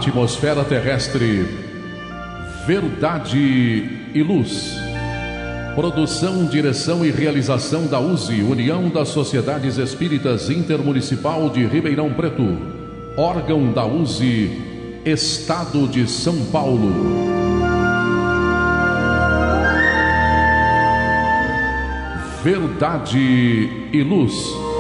atmosfera terrestre, Verdade e Luz. Produção, direção e realização da USE, União das Sociedades Espíritas Intermunicipal de Ribeirão Preto. Órgão da USE, Estado de São Paulo. Verdade e Luz.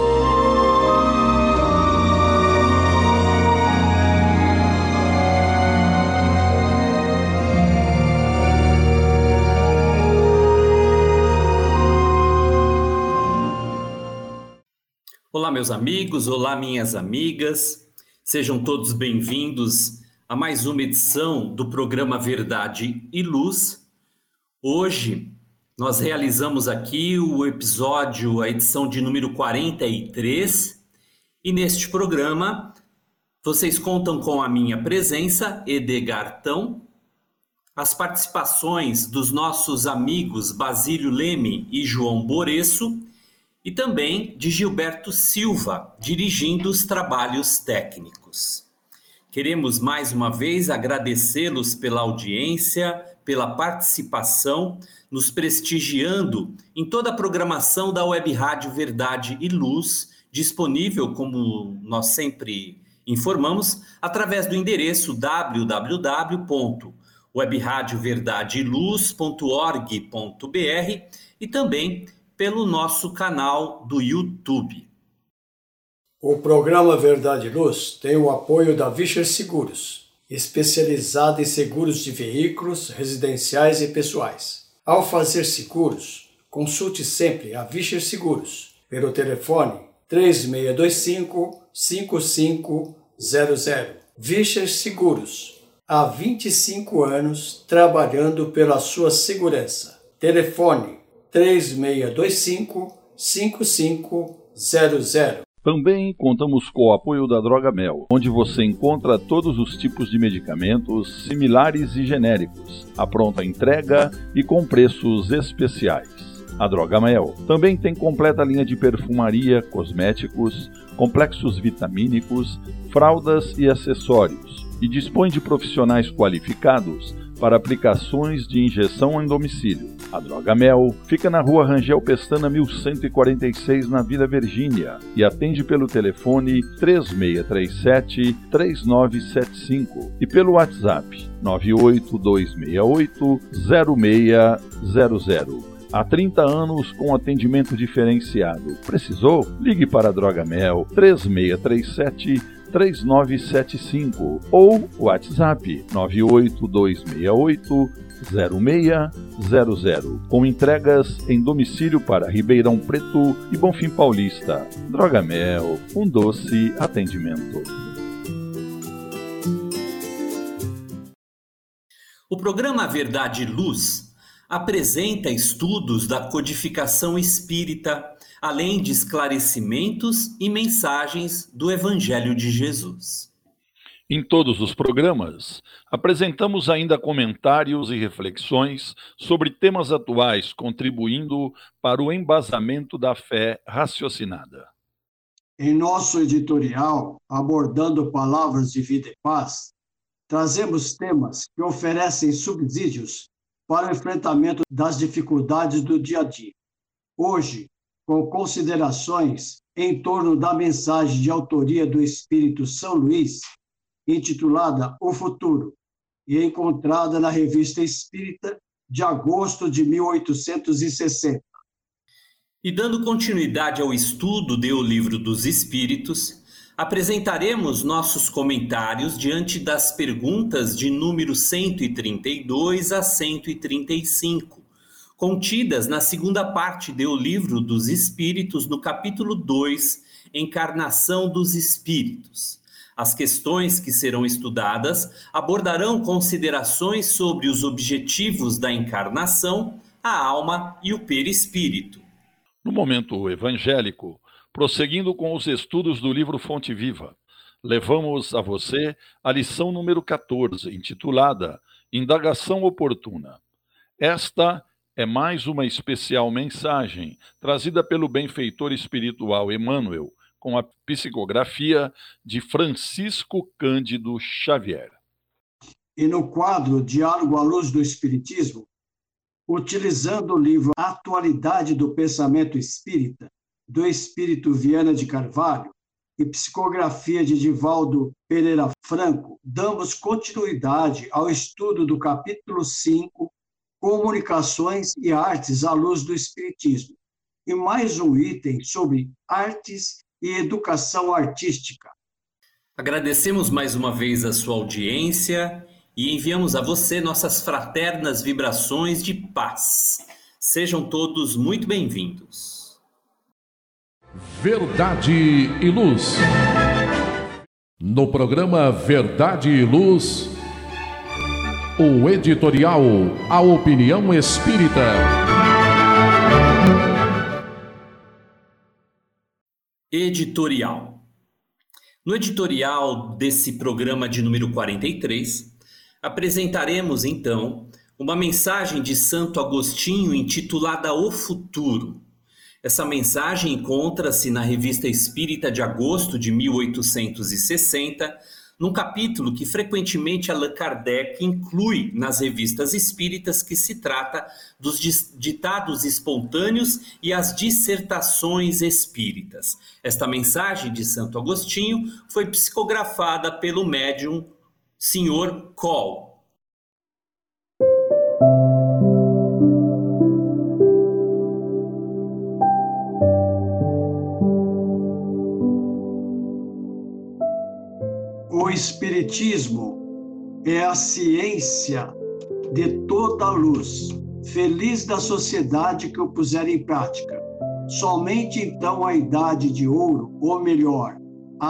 Olá, meus amigos, olá, minhas amigas, sejam todos bem-vindos a mais uma edição do programa Verdade e Luz. Hoje nós realizamos aqui a edição de número 43, e neste programa vocês contam com a minha presença, Edgartão, as participações dos nossos amigos Basílio Leme e João Boreço, e também de Gilberto Silva, dirigindo os trabalhos técnicos. Queremos mais uma vez agradecê-los pela audiência, pela participação, nos prestigiando em toda a programação da Web Rádio Verdade e Luz, disponível, como nós sempre informamos, através do endereço www.webradioverdadeiluz.org.br e também pelo nosso canal do YouTube. O programa Verdade e Luz tem o apoio da Vischer Seguros, especializada em seguros de veículos, residenciais e pessoais. Ao fazer seguros, consulte sempre a Vischer Seguros pelo telefone 3625-5500. Vischer Seguros, há 25 anos trabalhando pela sua segurança. Telefone 3625-5500. Também contamos com o apoio da Droga Mel, onde você encontra todos os tipos de medicamentos similares e genéricos, à pronta entrega e com preços especiais. A Droga Mel também tem completa linha de perfumaria, cosméticos, complexos vitamínicos, fraldas e acessórios, e dispõe de profissionais qualificados para aplicações de injeção em domicílio. A Droga Mel fica na Rua Rangel Pestana 1146, na Vila Virgínia, e atende pelo telefone 3637-3975 e pelo WhatsApp 98268-0600. Há 30 anos com atendimento diferenciado. Precisou? Ligue para a Droga Mel 3637-3975 ou WhatsApp 98268-0600, com entregas em domicílio para Ribeirão Preto e Bonfim Paulista. Droga Mel, um doce atendimento. O programa Verdade e Luz apresenta estudos da codificação espírita, além de esclarecimentos e mensagens do Evangelho de Jesus. Em todos os programas, apresentamos ainda comentários e reflexões sobre temas atuais, contribuindo para o embasamento da fé raciocinada. Em nosso editorial, abordando palavras de vida e paz, trazemos temas que oferecem subsídios para o enfrentamento das dificuldades do dia a dia. Hoje, com considerações em torno da mensagem de autoria do Espírito São Luís, intitulada O Futuro, e encontrada na Revista Espírita de agosto de 1860. E dando continuidade ao estudo do Livro dos Espíritos, apresentaremos nossos comentários diante das perguntas de número 132 a 135, contidas na segunda parte do Livro dos Espíritos, no capítulo 2, Encarnação dos Espíritos. As questões que serão estudadas abordarão considerações sobre os objetivos da encarnação, a alma e o perispírito. No momento evangélico, prosseguindo com os estudos do livro Fonte Viva, levamos a você a lição número 14, intitulada Indagação Oportuna. Esta é mais uma especial mensagem trazida pelo benfeitor espiritual Emmanuel, com a psicografia de Francisco Cândido Xavier. e no quadro Diálogo à Luz do Espiritismo, utilizando o livro Atualidade do Pensamento Espírita, do Espírito Viana de Carvalho, e psicografia de Divaldo Pereira Franco, damos continuidade ao estudo do capítulo 5, Comunicações e Artes à Luz do Espiritismo, e mais um item sobre artes e educação artística. Agradecemos mais uma vez a sua audiência e enviamos a você nossas fraternas vibrações de paz. Sejam todos muito bem-vindos. Verdade e Luz. No programa Verdade e Luz, o editorial A Opinião Espírita. Editorial. No editorial desse programa de número 43, apresentaremos então uma mensagem de Santo Agostinho intitulada O Futuro. Essa mensagem encontra-se na Revista Espírita de agosto de 1860, num capítulo que frequentemente Allan Kardec inclui nas revistas espíritas, que se trata dos ditados espontâneos e as dissertações espíritas. Esta mensagem de Santo Agostinho foi psicografada pelo médium Sr. Coll. O Espiritismo é a ciência de toda a luz. Feliz da sociedade que o puser em prática. Somente então a idade de ouro, ou melhor,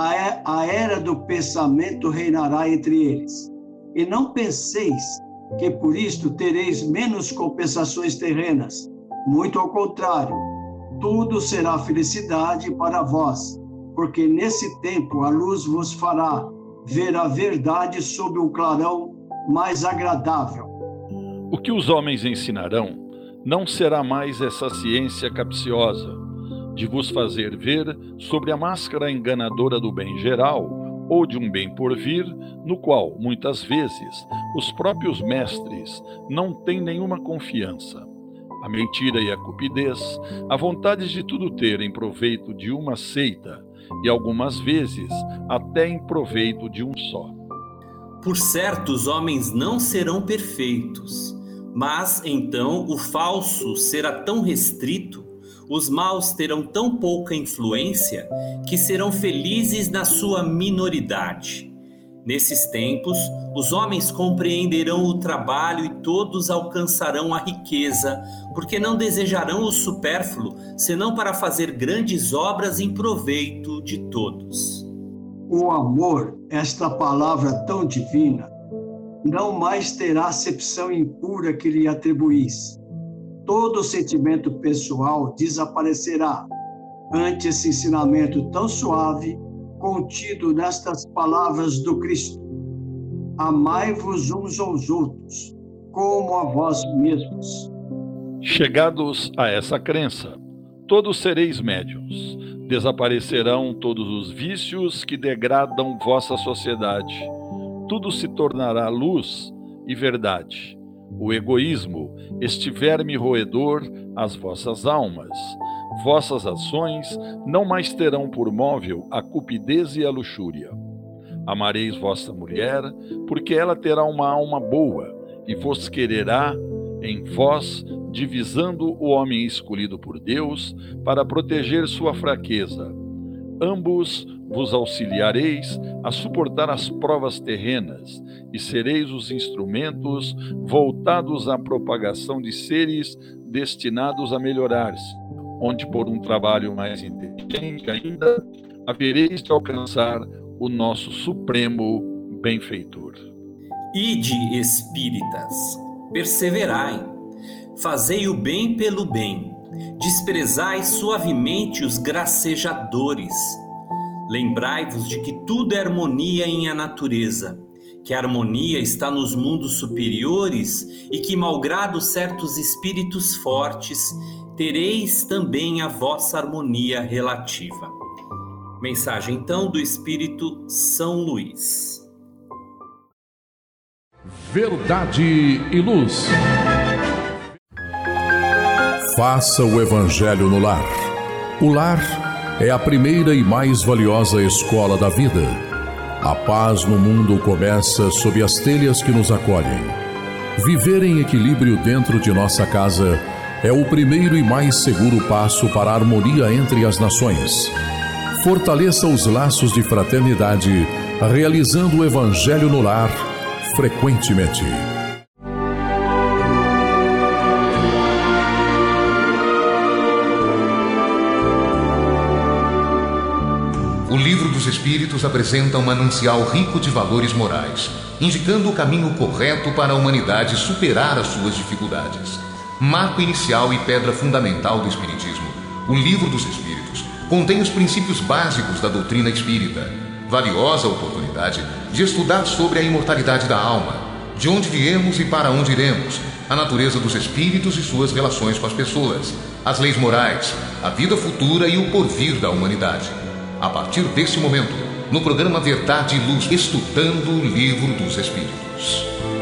a era do pensamento reinará entre eles. E não penseis que por isto tereis menos compensações terrenas. Muito ao contrário, tudo será felicidade para vós, porque nesse tempo a luz vos fará ver a verdade sob um clarão mais agradável. O que os homens ensinarão não será mais essa ciência capciosa, de vos fazer ver sobre a máscara enganadora do bem geral ou de um bem por vir, no qual, muitas vezes, os próprios mestres não têm nenhuma confiança. A mentira e a cupidez, a vontade de tudo ter em proveito de uma seita, e algumas vezes até em proveito de um só. Por certo, os homens não serão perfeitos, mas então o falso será tão restrito, os maus terão tão pouca influência, que serão felizes na sua minoridade. Nesses tempos, os homens compreenderão o trabalho e todos alcançarão a riqueza, porque não desejarão o supérfluo, senão para fazer grandes obras em proveito de todos. O amor, esta palavra tão divina, não mais terá acepção impura que lhe atribuís. Todo sentimento pessoal desaparecerá ante esse ensinamento tão suave, contido nestas palavras do Cristo: amai-vos uns aos outros, como a vós mesmos. Chegados a essa crença, todos sereis médiuns. Desaparecerão todos os vícios que degradam vossa sociedade. Tudo se tornará luz e verdade. O egoísmo, este verme roedor, as vossas almas. Vossas ações não mais terão por móvel a cupidez e a luxúria. Amareis vossa mulher, porque ela terá uma alma boa, e vos quererá em vós, divisando o homem escolhido por Deus para proteger sua fraqueza. Ambos vos auxiliareis a suportar as provas terrenas, e sereis os instrumentos voltados à propagação de seres destinados a melhorar-se, onde por um trabalho mais inteligente ainda, havereis de alcançar o nosso supremo benfeitor. Ide, espíritas, perseverai, fazei o bem pelo bem, desprezai suavemente os gracejadores. Lembrai-vos de que tudo é harmonia em a natureza, que a harmonia está nos mundos superiores e que, malgrado certos espíritos fortes, tereis também a vossa harmonia relativa. Mensagem, então, do Espírito São Luís. Verdade e Luz. Faça o Evangelho no lar. O lar é a primeira e mais valiosa escola da vida. A paz no mundo começa sob as telhas que nos acolhem. Viver em equilíbrio dentro de nossa casa é o primeiro e mais seguro passo para a harmonia entre as nações. Fortaleça os laços de fraternidade, realizando o Evangelho no lar frequentemente. O Livro dos Espíritos apresenta um manancial rico de valores morais, indicando o caminho correto para a humanidade superar as suas dificuldades. Marco inicial e pedra fundamental do Espiritismo, o Livro dos Espíritos contém os princípios básicos da doutrina espírita. Valiosa oportunidade de estudar sobre a imortalidade da alma, de onde viemos e para onde iremos, a natureza dos espíritos e suas relações com as pessoas, as leis morais, a vida futura e o porvir da humanidade. A partir desse momento, no programa Verdade e Luz, estudando o Livro dos Espíritos.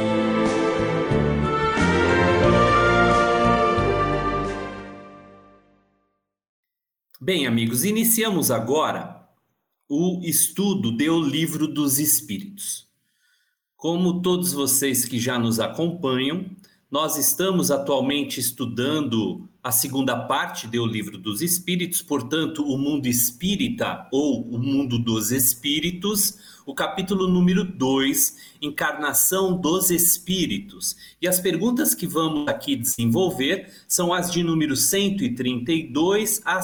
Bem, amigos, iniciamos agora o estudo do Livro dos Espíritos. Como todos vocês que já nos acompanham, nós estamos atualmente estudando a segunda parte do Livro dos Espíritos, portanto, o mundo espírita ou o mundo dos espíritos, o capítulo número 2, Encarnação dos Espíritos. E as perguntas que vamos aqui desenvolver são as de número 132 a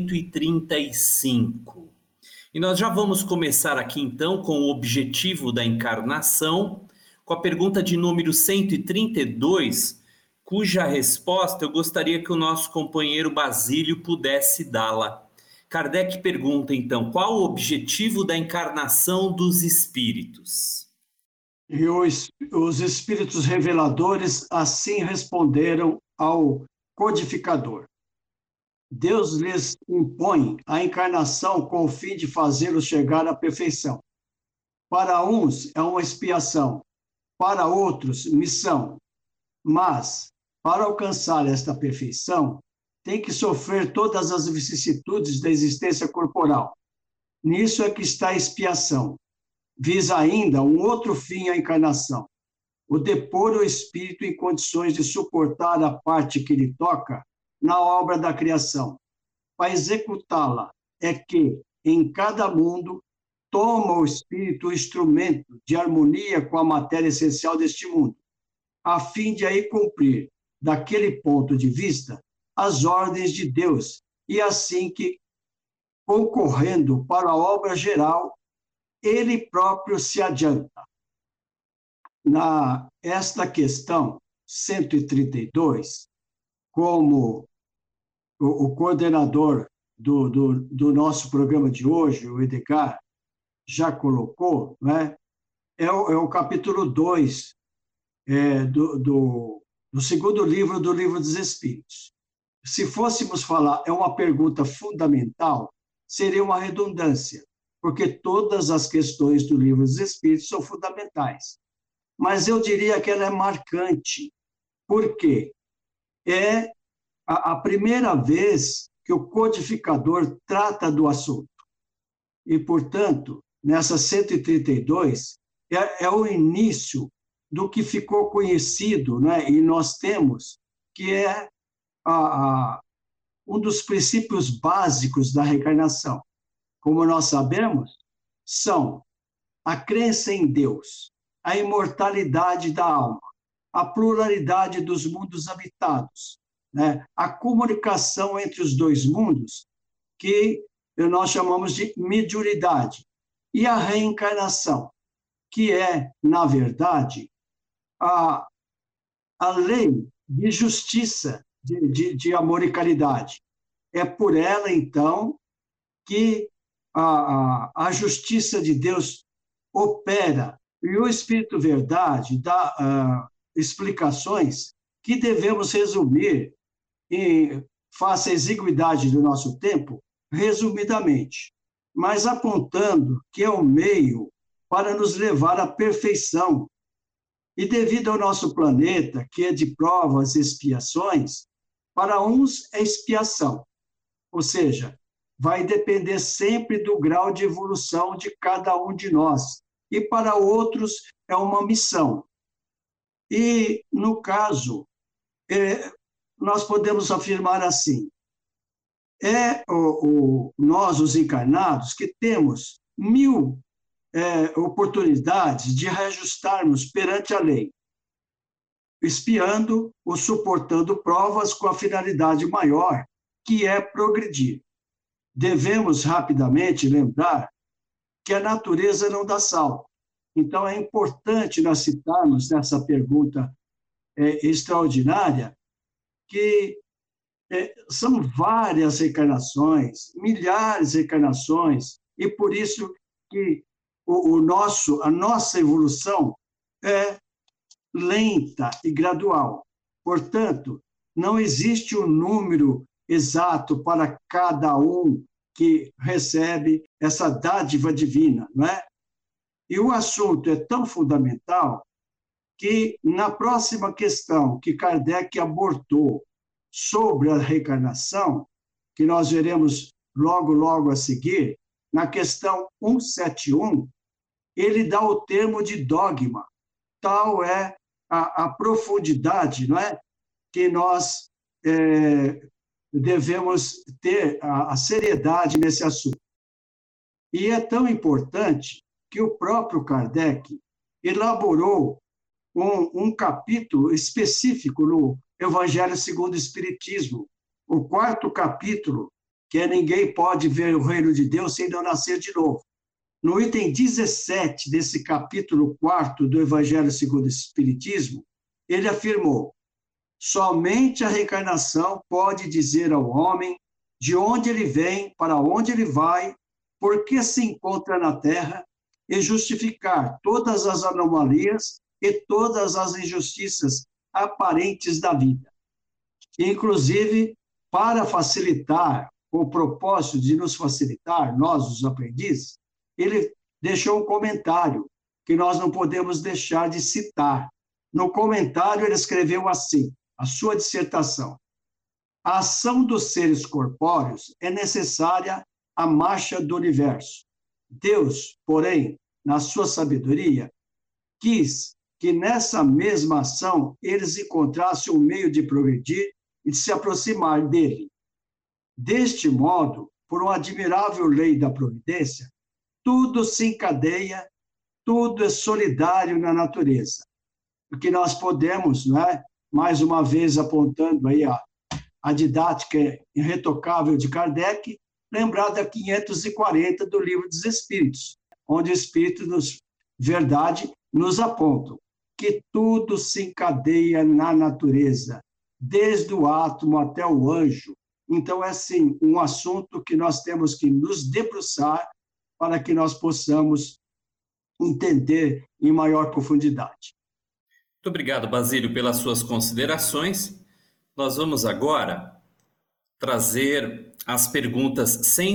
135. E nós já vamos começar aqui então com o objetivo da encarnação, com a pergunta de número 132, cuja resposta eu gostaria que o nosso companheiro Basílio pudesse dá-la. Kardec pergunta então, qual o objetivo da encarnação dos espíritos? E os espíritos reveladores assim responderam ao codificador. Deus lhes impõe a encarnação com o fim de fazê-los chegar à perfeição. Para uns é uma expiação, para outros missão. Mas, para alcançar esta perfeição, tem que sofrer todas as vicissitudes da existência corporal. Nisso é que está a expiação. Visa ainda um outro fim à encarnação: o depor o espírito em condições de suportar a parte que lhe toca na obra da criação. Para executá-la é que, em cada mundo, toma o espírito o instrumento de harmonia com a matéria essencial deste mundo, a fim de aí cumprir, daquele ponto de vista, as ordens de Deus, e assim que, concorrendo para a obra geral, ele próprio se adianta. Esta questão 132, como o coordenador do nosso programa de hoje, o Edgar, já colocou, né? É o capítulo 2 do segundo livro do Livro dos Espíritos. Se fôssemos falar, é uma pergunta fundamental, seria uma redundância, porque todas as questões do Livro dos Espíritos são fundamentais. Mas eu diria que ela é marcante, porque é a primeira vez que o codificador trata do assunto. E, portanto, nessa 132, é o início do que ficou conhecido, né? E nós temos, que é um dos princípios básicos da reencarnação. Como nós sabemos, são a crença em Deus, a imortalidade da alma, a pluralidade dos mundos habitados, né? A comunicação entre os dois mundos, que nós chamamos de mediunidade, e a reencarnação, que é, na verdade, a lei de justiça, de amor e caridade. É por ela, então, que a justiça de Deus opera, e o Espírito Verdade dá explicações que devemos resumir, face à exiguidade do nosso tempo, resumidamente, mas apontando que é o meio para nos levar à perfeição, E devido ao nosso planeta, que é de provas e expiações, para uns é expiação, ou seja, vai depender sempre do grau de evolução de cada um de nós. E para outros é uma missão. E, no caso, nós podemos afirmar assim, nós, os encarnados, que temos 1000 oportunidades de reajustarmos perante a lei, espiando ou suportando provas com a finalidade maior, que é progredir. Devemos rapidamente lembrar que a natureza não dá salto. Então, é importante nós citarmos nessa pergunta extraordinária que são várias reencarnações, milhares de reencarnações, e por isso que a nossa evolução é lenta e gradual. Portanto, não existe um número exato para cada um que recebe essa dádiva divina, não é? E o assunto é tão fundamental que, na próxima questão que Kardec abordou sobre a reencarnação, que nós veremos logo a seguir, na questão 171, ele dá o termo de dogma. Tal é a profundidade, não é? Que nós devemos ter a seriedade nesse assunto. E é tão importante que o próprio Kardec elaborou um capítulo específico no Evangelho segundo o Espiritismo, o 4º capítulo, que é Ninguém Pode Ver o Reino de Deus Sem Não Nascer de Novo. No item 17 desse capítulo 4º do Evangelho segundo o Espiritismo, ele afirmou: somente a reencarnação pode dizer ao homem de onde ele vem, para onde ele vai, por que se encontra na Terra, e justificar todas as anomalias e todas as injustiças aparentes da vida. Inclusive, para facilitar, com o propósito de nos facilitar, nós, os aprendizes, ele deixou um comentário que nós não podemos deixar de citar. No comentário, ele escreveu assim, a sua dissertação: a ação dos seres corpóreos é necessária à marcha do universo. Deus, porém, na sua sabedoria, quis que nessa mesma ação eles encontrassem um meio de progredir e de se aproximar dele. Deste modo, por uma admirável lei da providência, tudo se encadeia, tudo é solidário na natureza. O que nós podemos, né, mais uma vez apontando aí a didática irretocável de Kardec, lembrar da 540 do Livro dos Espíritos, onde o Espírito verdade nos apontam que tudo se encadeia na natureza, desde o átomo até o anjo. Então, é assim, um assunto que nós temos que nos debruçar para que nós possamos entender em maior profundidade. Muito obrigado, Basílio, pelas suas considerações. Nós vamos agora trazer as perguntas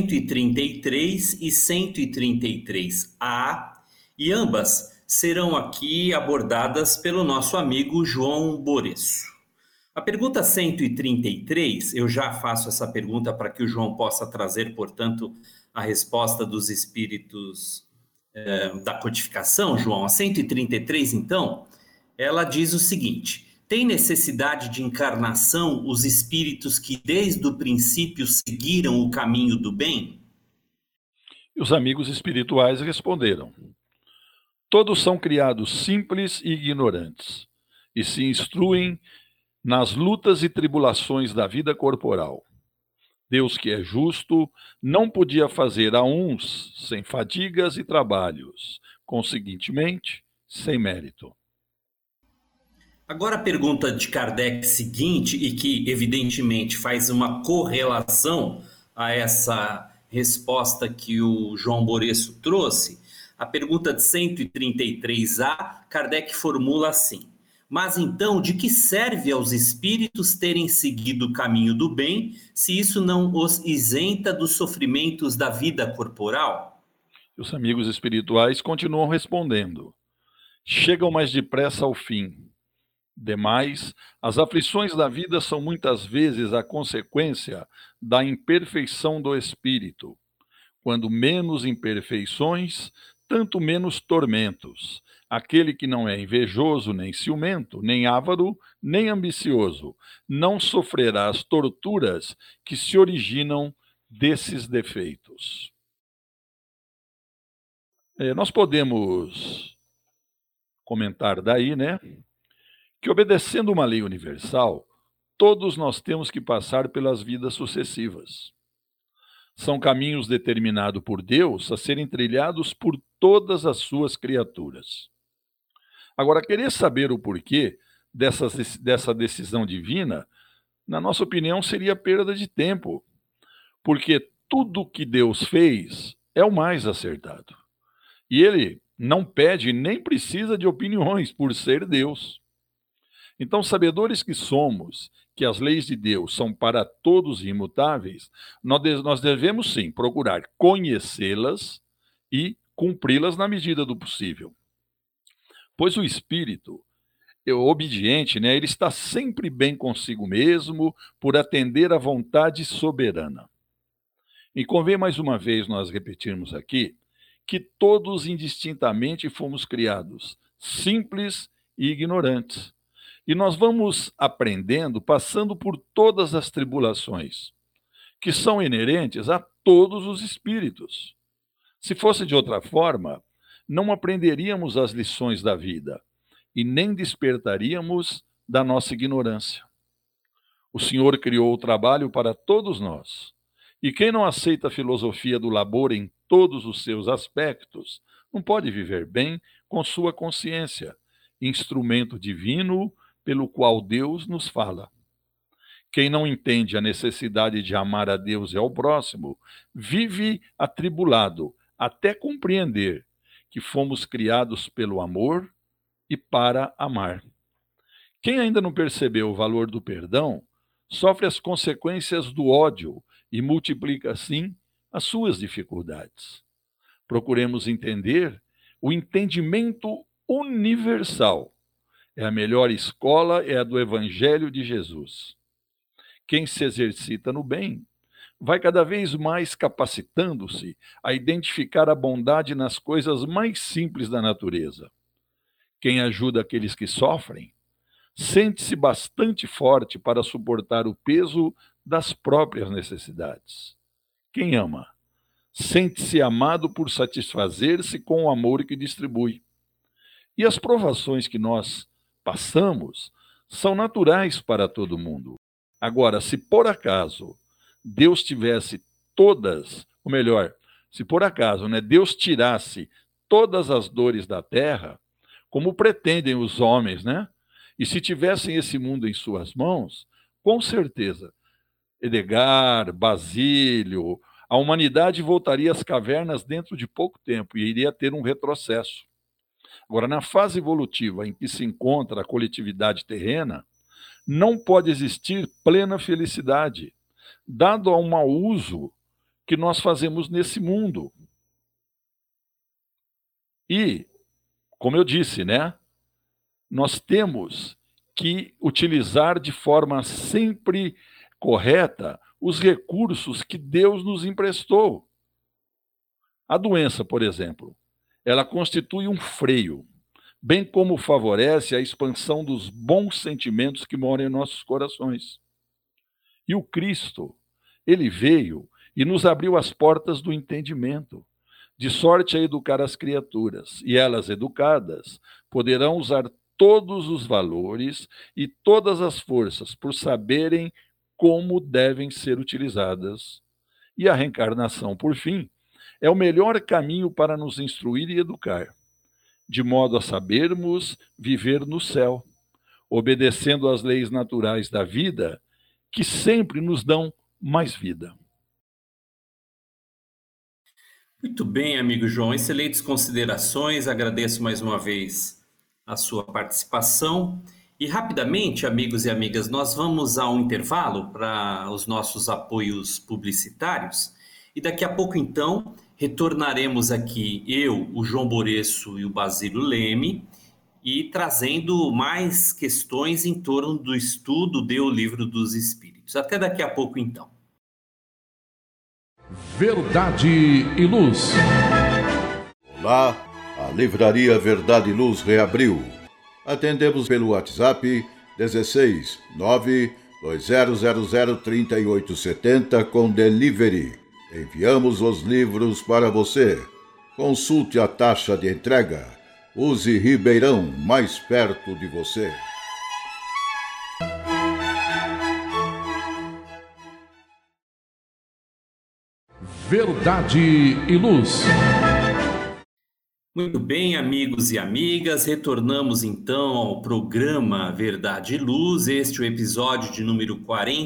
133 e 133A, e ambas serão aqui abordadas pelo nosso amigo João Boreço. A pergunta 133, eu já faço essa pergunta para que o João possa trazer, portanto, a resposta dos espíritos da codificação, João. A 133, então, ela diz o seguinte: tem necessidade de encarnação os espíritos que desde o princípio seguiram o caminho do bem? E os amigos espirituais responderam: todos são criados simples e ignorantes, e se instruem nas lutas e tribulações da vida corporal. Deus, que é justo, não podia fazer a uns sem fadigas e trabalhos, conseguintemente, sem mérito. Agora a pergunta de Kardec seguinte, e que evidentemente faz uma correlação a essa resposta que o João Boreço trouxe, a pergunta de 133A, Kardec formula assim: mas então, de que serve aos espíritos terem seguido o caminho do bem, se isso não os isenta dos sofrimentos da vida corporal? Os amigos espirituais continuam respondendo: chegam mais depressa ao fim. Demais, as aflições da vida são muitas vezes a consequência da imperfeição do espírito. Quando menos imperfeições, tanto menos tormentos. Aquele que não é invejoso, nem ciumento, nem avaro, nem ambicioso, não sofrerá as torturas que se originam desses defeitos. Nós podemos comentar daí, né, que obedecendo uma lei universal, todos nós temos que passar pelas vidas sucessivas. São caminhos determinados por Deus a serem trilhados por todas as suas criaturas. Agora, querer saber o porquê dessa decisão divina, na nossa opinião, seria perda de tempo, porque tudo que Deus fez é o mais acertado. E Ele não pede nem precisa de opiniões por ser Deus. Então, sabedores que somos, que as leis de Deus são para todos imutáveis, nós devemos sim procurar conhecê-las e cumpri-las na medida do possível. Pois o espírito obediente, né, ele está sempre bem consigo mesmo por atender à vontade soberana. E convém mais uma vez nós repetirmos aqui que todos indistintamente fomos criados simples e ignorantes. E nós vamos aprendendo, passando por todas as tribulações, que são inerentes a todos os espíritos. Se fosse de outra forma, não aprenderíamos as lições da vida e nem despertaríamos da nossa ignorância. O Senhor criou o trabalho para todos nós. E quem não aceita a filosofia do labor em todos os seus aspectos, não pode viver bem com sua consciência, instrumento divino pelo qual Deus nos fala. Quem não entende a necessidade de amar a Deus e ao próximo, vive atribulado até compreender que fomos criados pelo amor e para amar. Quem ainda não percebeu o valor do perdão, sofre as consequências do ódio e multiplica, assim, as suas dificuldades. Procuremos entender o entendimento universal. A melhor escola é a do Evangelho de Jesus. Quem se exercita no bem vai cada vez mais capacitando-se a identificar a bondade nas coisas mais simples da natureza. Quem ajuda aqueles que sofrem sente-se bastante forte para suportar o peso das próprias necessidades. Quem ama sente-se amado por satisfazer-se com o amor que distribui. E as provações que nós passamos são naturais para todo mundo. Agora, se por acaso Deus tivesse todas, ou melhor, se por acaso, né, Deus tirasse todas as dores da terra, como pretendem os homens, né? E se tivessem esse mundo em suas mãos, com certeza, Edgar, Basílio, a humanidade voltaria às cavernas dentro de pouco tempo e iria ter um retrocesso. Agora, na fase evolutiva em que se encontra a coletividade terrena, não pode existir plena felicidade, dado ao mau uso que nós fazemos nesse mundo. E, como eu disse, né, nós temos que utilizar de forma sempre correta os recursos que Deus nos emprestou. A doença, por exemplo, ela constitui um freio, bem como favorece a expansão dos bons sentimentos que moram em nossos corações. E o Cristo, ele veio e nos abriu as portas do entendimento, de sorte a educar as criaturas, e elas, educadas, poderão usar todos os valores e todas as forças por saberem como devem ser utilizadas. E a reencarnação, por fim, é o melhor caminho para nos instruir e educar, de modo a sabermos viver no céu, obedecendo às leis naturais da vida, que sempre nos dão mais vida. Muito bem, amigo João, excelentes considerações, agradeço mais uma vez a sua participação. E rapidamente, amigos e amigas, nós vamos a um intervalo para os nossos apoios publicitários e daqui a pouco, então, retornaremos aqui eu, o João Boreço e o Basílio Leme e trazendo mais questões em torno do estudo do Livro dos Espíritos. Até daqui a pouco, então. Verdade e Luz. Olá, a Livraria Verdade e Luz reabriu. Atendemos pelo WhatsApp 16 92000 3870 com delivery. Enviamos os livros para você. Consulte a taxa de entrega. Use Ribeirão, mais perto de você. Verdade e Luz. Muito bem, amigos e amigas, retornamos então ao programa Verdade e Luz, este é o episódio de número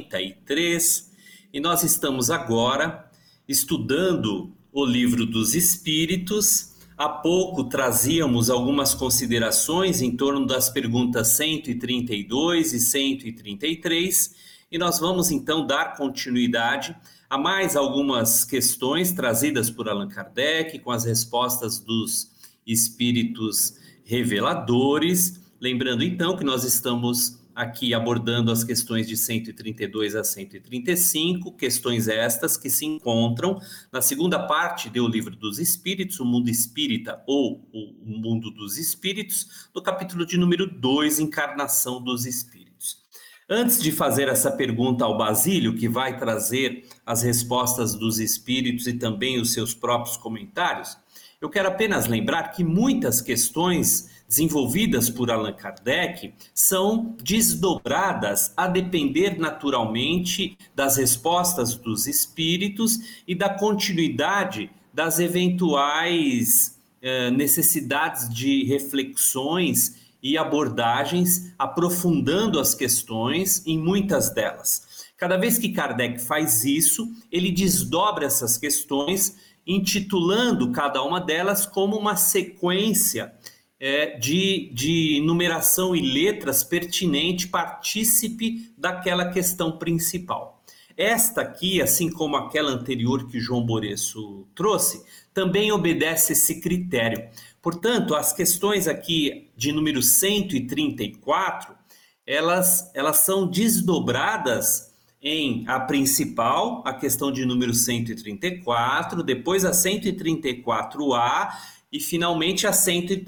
43, e nós estamos agora estudando o Livro dos Espíritos. Há pouco trazíamos algumas considerações em torno das perguntas 132 e 133, e nós vamos então dar continuidade a mais algumas questões trazidas por Allan Kardec, com as respostas dos espíritos reveladores. Lembrando então que nós estamos aqui abordando as questões de 132 a 135, questões estas que se encontram na segunda parte do Livro dos Espíritos, o Mundo Espírita ou o Mundo dos Espíritos, no capítulo de número 2, Encarnação dos Espíritos. Antes de fazer essa pergunta ao Basílio, que vai trazer as respostas dos espíritos e também os seus próprios comentários, eu quero apenas lembrar que muitas questões desenvolvidas por Allan Kardec são desdobradas a depender naturalmente das respostas dos espíritos e da continuidade das eventuais necessidades de reflexões e abordagens, aprofundando as questões em muitas delas. Cada vez que Kardec faz isso, ele desdobra essas questões, intitulando cada uma delas como uma sequência de numeração e letras pertinente, partícipe daquela questão principal. Esta aqui, assim como aquela anterior que João Boreço trouxe, também obedece esse critério. Portanto, as questões aqui de número 134, elas são desdobradas em a principal, a questão de número 134, depois a 134A e finalmente a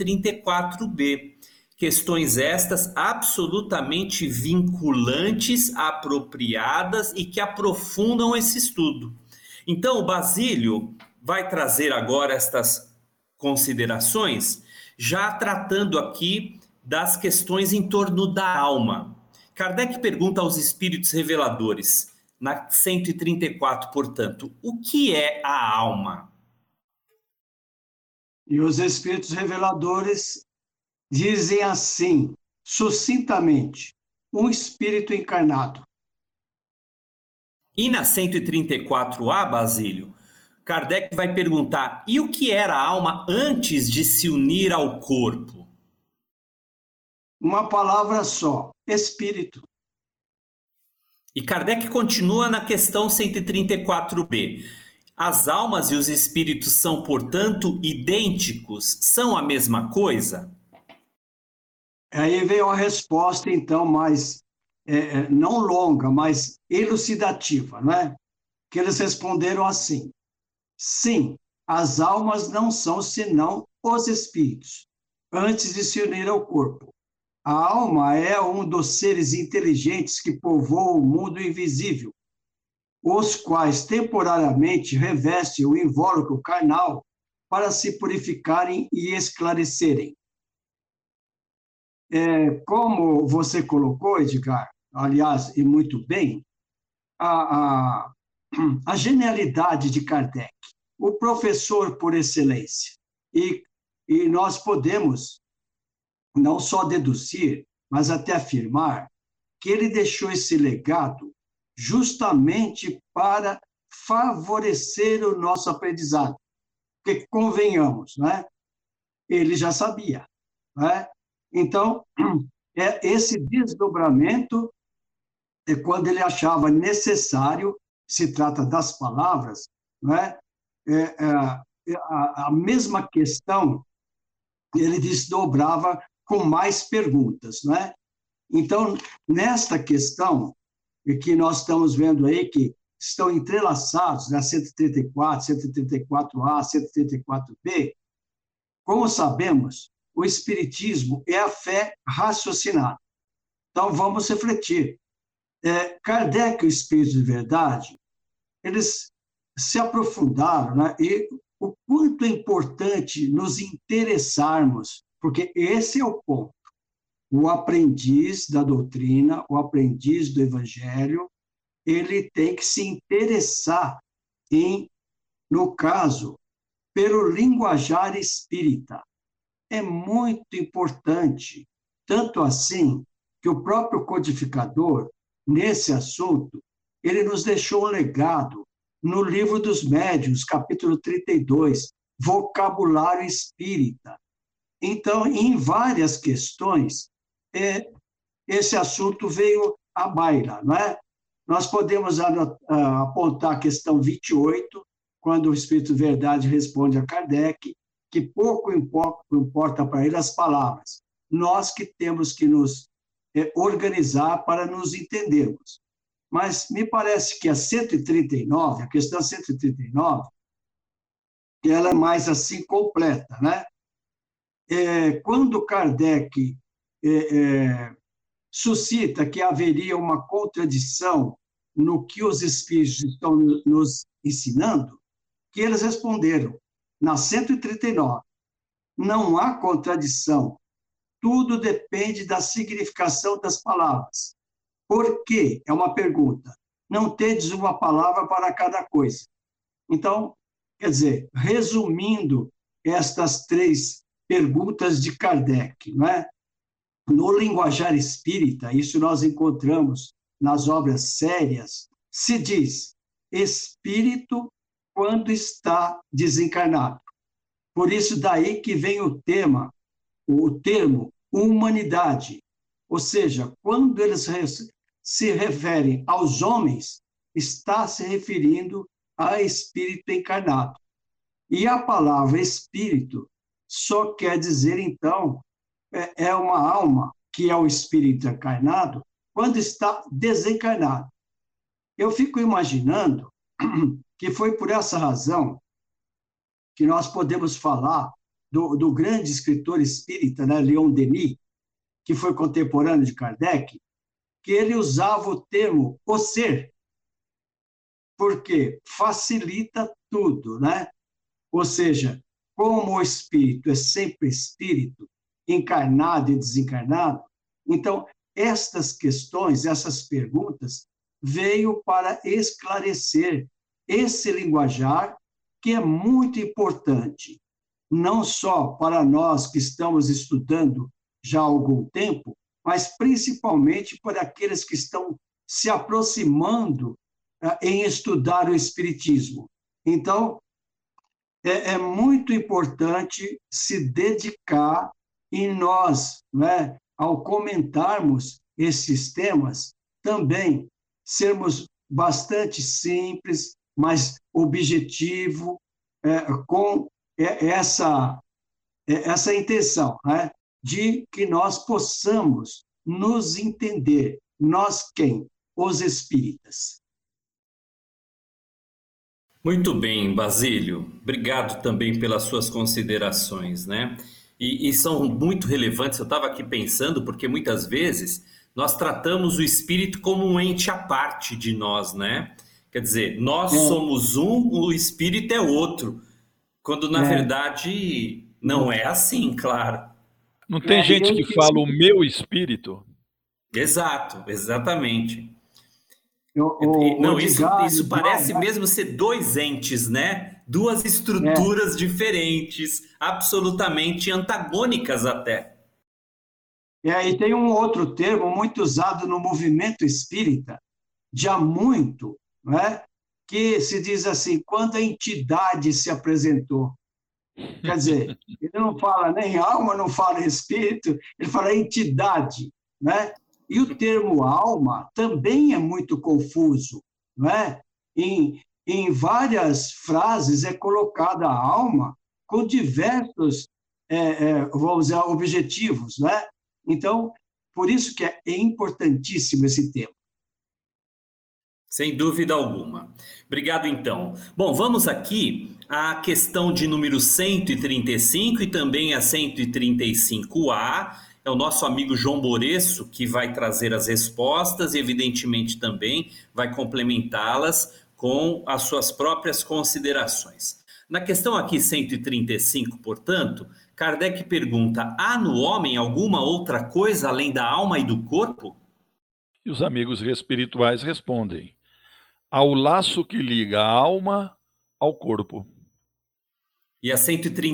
134B. Questões estas absolutamente vinculantes, apropriadas e que aprofundam esse estudo. Então, o Basílio vai trazer agora estas considerações, já tratando aqui das questões em torno da alma. Kardec pergunta aos espíritos reveladores, na 134, portanto, o que é a alma? E os espíritos reveladores dizem assim, sucintamente, um espírito encarnado. E na 134A, Basílio, Kardec vai perguntar, e o que era a alma antes de se unir ao corpo? Uma palavra só, espírito. E Kardec continua na questão 134B. As almas e os espíritos são, portanto, idênticos? São a mesma coisa? Aí vem uma resposta, então, mais, não longa, mas elucidativa, né? Que eles responderam assim: sim, as almas não são senão os espíritos, antes de se unir ao corpo. A alma é um dos seres inteligentes que povoam o mundo invisível, os quais temporariamente revestem o invólucro carnal para se purificarem e esclarecerem. Como você colocou, Edgar, aliás, e muito bem, a genialidade de Kardec, o professor por excelência, e nós podemos não só deduzir, mas até afirmar que ele deixou esse legado justamente para favorecer o nosso aprendizado. Porque, convenhamos, né? Ele já sabia. Né? Então, esse desdobramento é quando ele achava necessário, se trata das palavras, né? A mesma questão ele desdobrava com mais perguntas, não é? Então, nesta questão que nós estamos vendo aí, que estão entrelaçados, né, 134, 134A, 134B, como sabemos, o Espiritismo é a fé raciocinada. Então, vamos refletir. Kardec e o Espírito de Verdade, eles se aprofundaram, né? E o quanto é importante nos interessarmos, porque esse é o ponto. O aprendiz da doutrina, o aprendiz do Evangelho, ele tem que se interessar no caso, pelo linguajar espírita. É muito importante, tanto assim que o próprio codificador, nesse assunto, ele nos deixou um legado no Livro dos Médiuns, capítulo 32, Vocabulário Espírita. Então, em várias questões, esse assunto veio à baila, não é? Nós podemos apontar a questão 28, quando o Espírito de Verdade responde a Kardec, que pouco importa para ele as palavras. Nós que temos que nos organizar para nos entendermos. Mas me parece que a 139, a questão 139, ela é mais assim completa, né? Quando Kardec suscita que haveria uma contradição no que os espíritos estão nos ensinando, que eles responderam, na 139, não há contradição, tudo depende da significação das palavras. Por quê? É uma pergunta. Não tendes uma palavra para cada coisa. Então, quer dizer, resumindo estas 3 perguntas de Kardec, não é? No linguajar espírita, isso nós encontramos nas obras sérias, se diz espírito quando está desencarnado. Por isso daí que vem o termo humanidade. Ou seja, quando eles se referem aos homens, está se referindo a espírito encarnado. E a palavra espírito só quer dizer, então, é uma alma, que é o espírito encarnado, quando está desencarnado. Eu fico imaginando que foi por essa razão que nós podemos falar do grande escritor espírita, né, Leon Denis, que foi contemporâneo de Kardec, que ele usava o termo o ser, porque facilita tudo, né? Ou seja, como o espírito é sempre espírito, encarnado e desencarnado, então estas questões, essas perguntas, veio para esclarecer esse linguajar que é muito importante, não só para nós que estamos estudando já há algum tempo, mas principalmente para aqueles que estão se aproximando em estudar o Espiritismo. Então, é muito importante se dedicar e nós, né, ao comentarmos esses temas, também sermos bastante simples, mas objetivo, com essa intenção, né, de que nós possamos nos entender. Nós quem? Os espíritas. Muito bem, Basílio. Obrigado também pelas suas considerações, né? E são muito relevantes. Eu estava aqui pensando, porque muitas vezes nós tratamos o espírito como um ente à parte de nós, né? Quer dizer, nós somos um, o espírito é outro. Quando, na verdade, não é assim, claro. Não tem gente que fala o meu espírito? Exato, exatamente. Não, isso parece mesmo ser 2 entes, né? 2 estruturas diferentes, absolutamente antagônicas até. E tem um outro termo muito usado no movimento espírita, já muito, né? Que se diz assim, quando a entidade se apresentou. Quer dizer, ele não fala nem alma, não fala espírito, ele fala entidade, né? E o termo alma também é muito confuso, não é? Em várias frases é colocada a alma com diversos vamos dizer, objetivos, né? Então, por isso que é importantíssimo esse tema. Sem dúvida alguma. Obrigado, então. Bom, vamos aqui à questão de número 135 e também a 135A. É o nosso amigo João Boreço que vai trazer as respostas e, evidentemente, também vai complementá-las com as suas próprias considerações. Na questão aqui 135, portanto, Kardec pergunta: há no homem alguma outra coisa além da alma e do corpo? E os amigos espirituais respondem: ao laço que liga a alma ao corpo. E a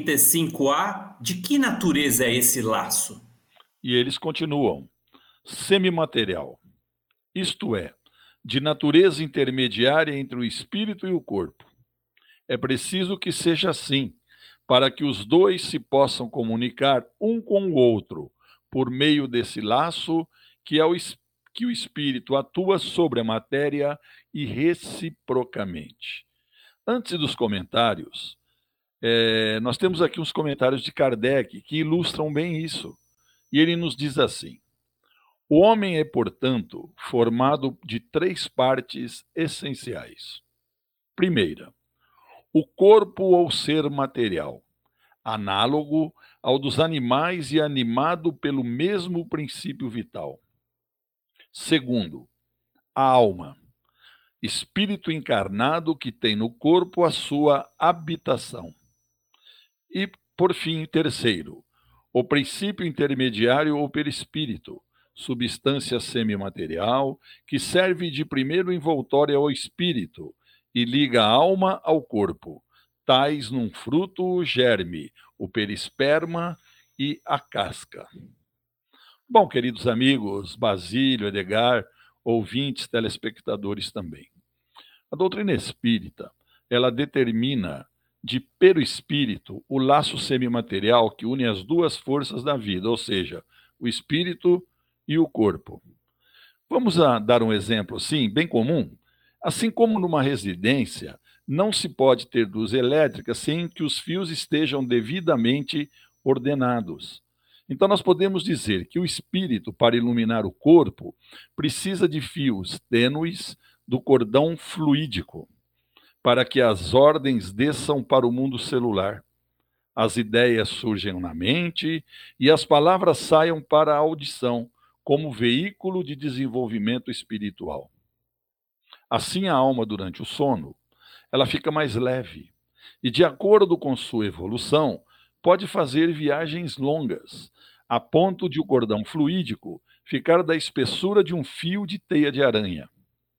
135A, de que natureza é esse laço? E eles continuam: semimaterial, isto é, de natureza intermediária entre o espírito e o corpo. É preciso que seja assim, para que os dois se possam comunicar um com o outro, por meio desse laço que o espírito atua sobre a matéria e reciprocamente. Antes dos comentários, nós temos aqui uns comentários de Kardec que ilustram bem isso. E ele nos diz assim: o homem é, portanto, formado de 3 partes essenciais. Primeira, o corpo ou ser material, análogo ao dos animais e animado pelo mesmo princípio vital. Segundo, a alma, espírito encarnado que tem no corpo a sua habitação. E, por fim, terceiro, o princípio intermediário ou perispírito, substância semimaterial, que serve de primeiro envoltório ao espírito e liga a alma ao corpo, tais num fruto o germe, o perisperma e a casca. Bom, queridos amigos, Basílio, Edgar, ouvintes, telespectadores também. A doutrina espírita, ela determina de perispírito o laço semimaterial que une as duas forças da vida, ou seja, o espírito e o corpo. Vamos dar um exemplo, sim, bem comum. Assim como numa residência, não se pode ter luz elétrica sem que os fios estejam devidamente ordenados. Então, nós podemos dizer que o espírito, para iluminar o corpo, precisa de fios tênues do cordão fluídico, para que as ordens desçam para o mundo celular, as ideias surjam na mente e as palavras saiam para a audição, como veículo de desenvolvimento espiritual. Assim, a alma, durante o sono, ela fica mais leve e, de acordo com sua evolução, pode fazer viagens longas, a ponto de o cordão fluídico ficar da espessura de um fio de teia de aranha.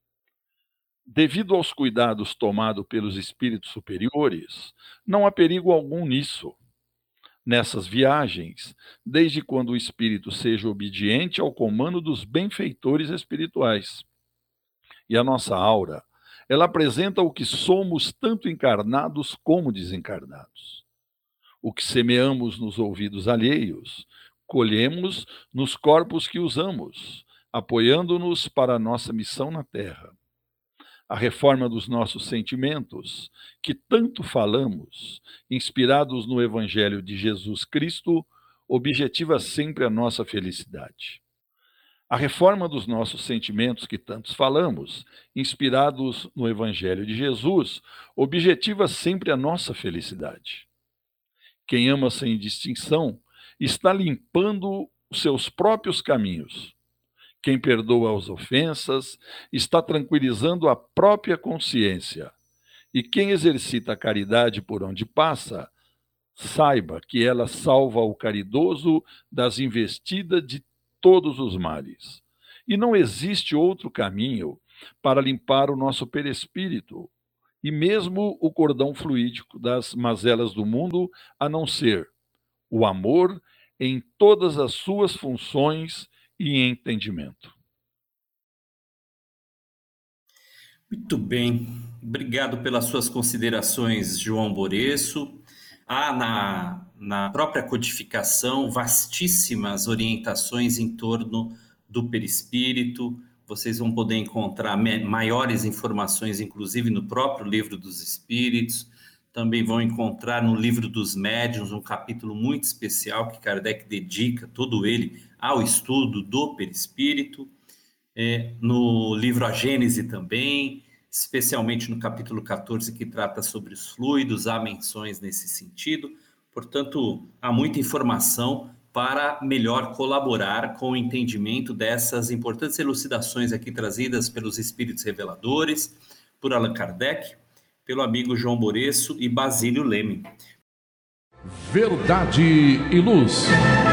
Devido aos cuidados tomados pelos espíritos superiores, não há perigo algum nisso. Nessas viagens, desde quando o espírito seja obediente ao comando dos benfeitores espirituais. E a nossa aura, ela apresenta o que somos tanto encarnados como desencarnados. O que semeamos nos ouvidos alheios, colhemos nos corpos que usamos, apoiando-nos para a nossa missão na Terra. A reforma dos nossos sentimentos, que tanto falamos, inspirados no Evangelho de Jesus Cristo, objetiva sempre a nossa felicidade. A reforma dos nossos sentimentos, que tantos falamos, inspirados no Evangelho de Jesus, objetiva sempre a nossa felicidade. Quem ama sem distinção está limpando os seus próprios caminhos. Quem perdoa as ofensas está tranquilizando a própria consciência. E quem exercita a caridade por onde passa, saiba que ela salva o caridoso das investidas de todos os males. E não existe outro caminho para limpar o nosso perispírito, e mesmo o cordão fluídico das mazelas do mundo, a não ser o amor em todas as suas funções e entendimento. Muito bem, obrigado pelas suas considerações, João Boreço. Há na própria codificação vastíssimas orientações em torno do perispírito. Vocês vão poder encontrar maiores informações, inclusive no próprio Livro dos Espíritos, também vão encontrar no Livro dos Médiuns um capítulo muito especial que Kardec dedica todo ele ao estudo do perispírito. No livro A Gênese também, especialmente no capítulo 14, que trata sobre os fluidos, há menções nesse sentido. Portanto, há muita informação para melhor colaborar com o entendimento dessas importantes elucidações aqui trazidas pelos espíritos reveladores, por Allan Kardec, pelo amigo João Boreço e Basílio Leme. Verdade e Luz.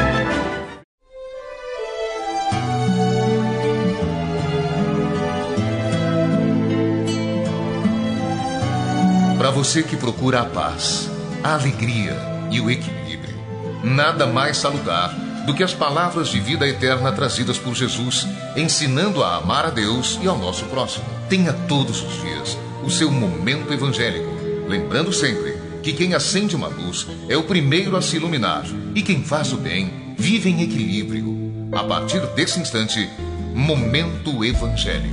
Para você que procura a paz, a alegria e o equilíbrio, nada mais salutar do que as palavras de vida eterna trazidas por Jesus, ensinando a amar a Deus e ao nosso próximo. Tenha todos os dias o seu momento evangélico, lembrando sempre que quem acende uma luz é o primeiro a se iluminar e quem faz o bem vive em equilíbrio. A partir desse instante, Momento Evangélico.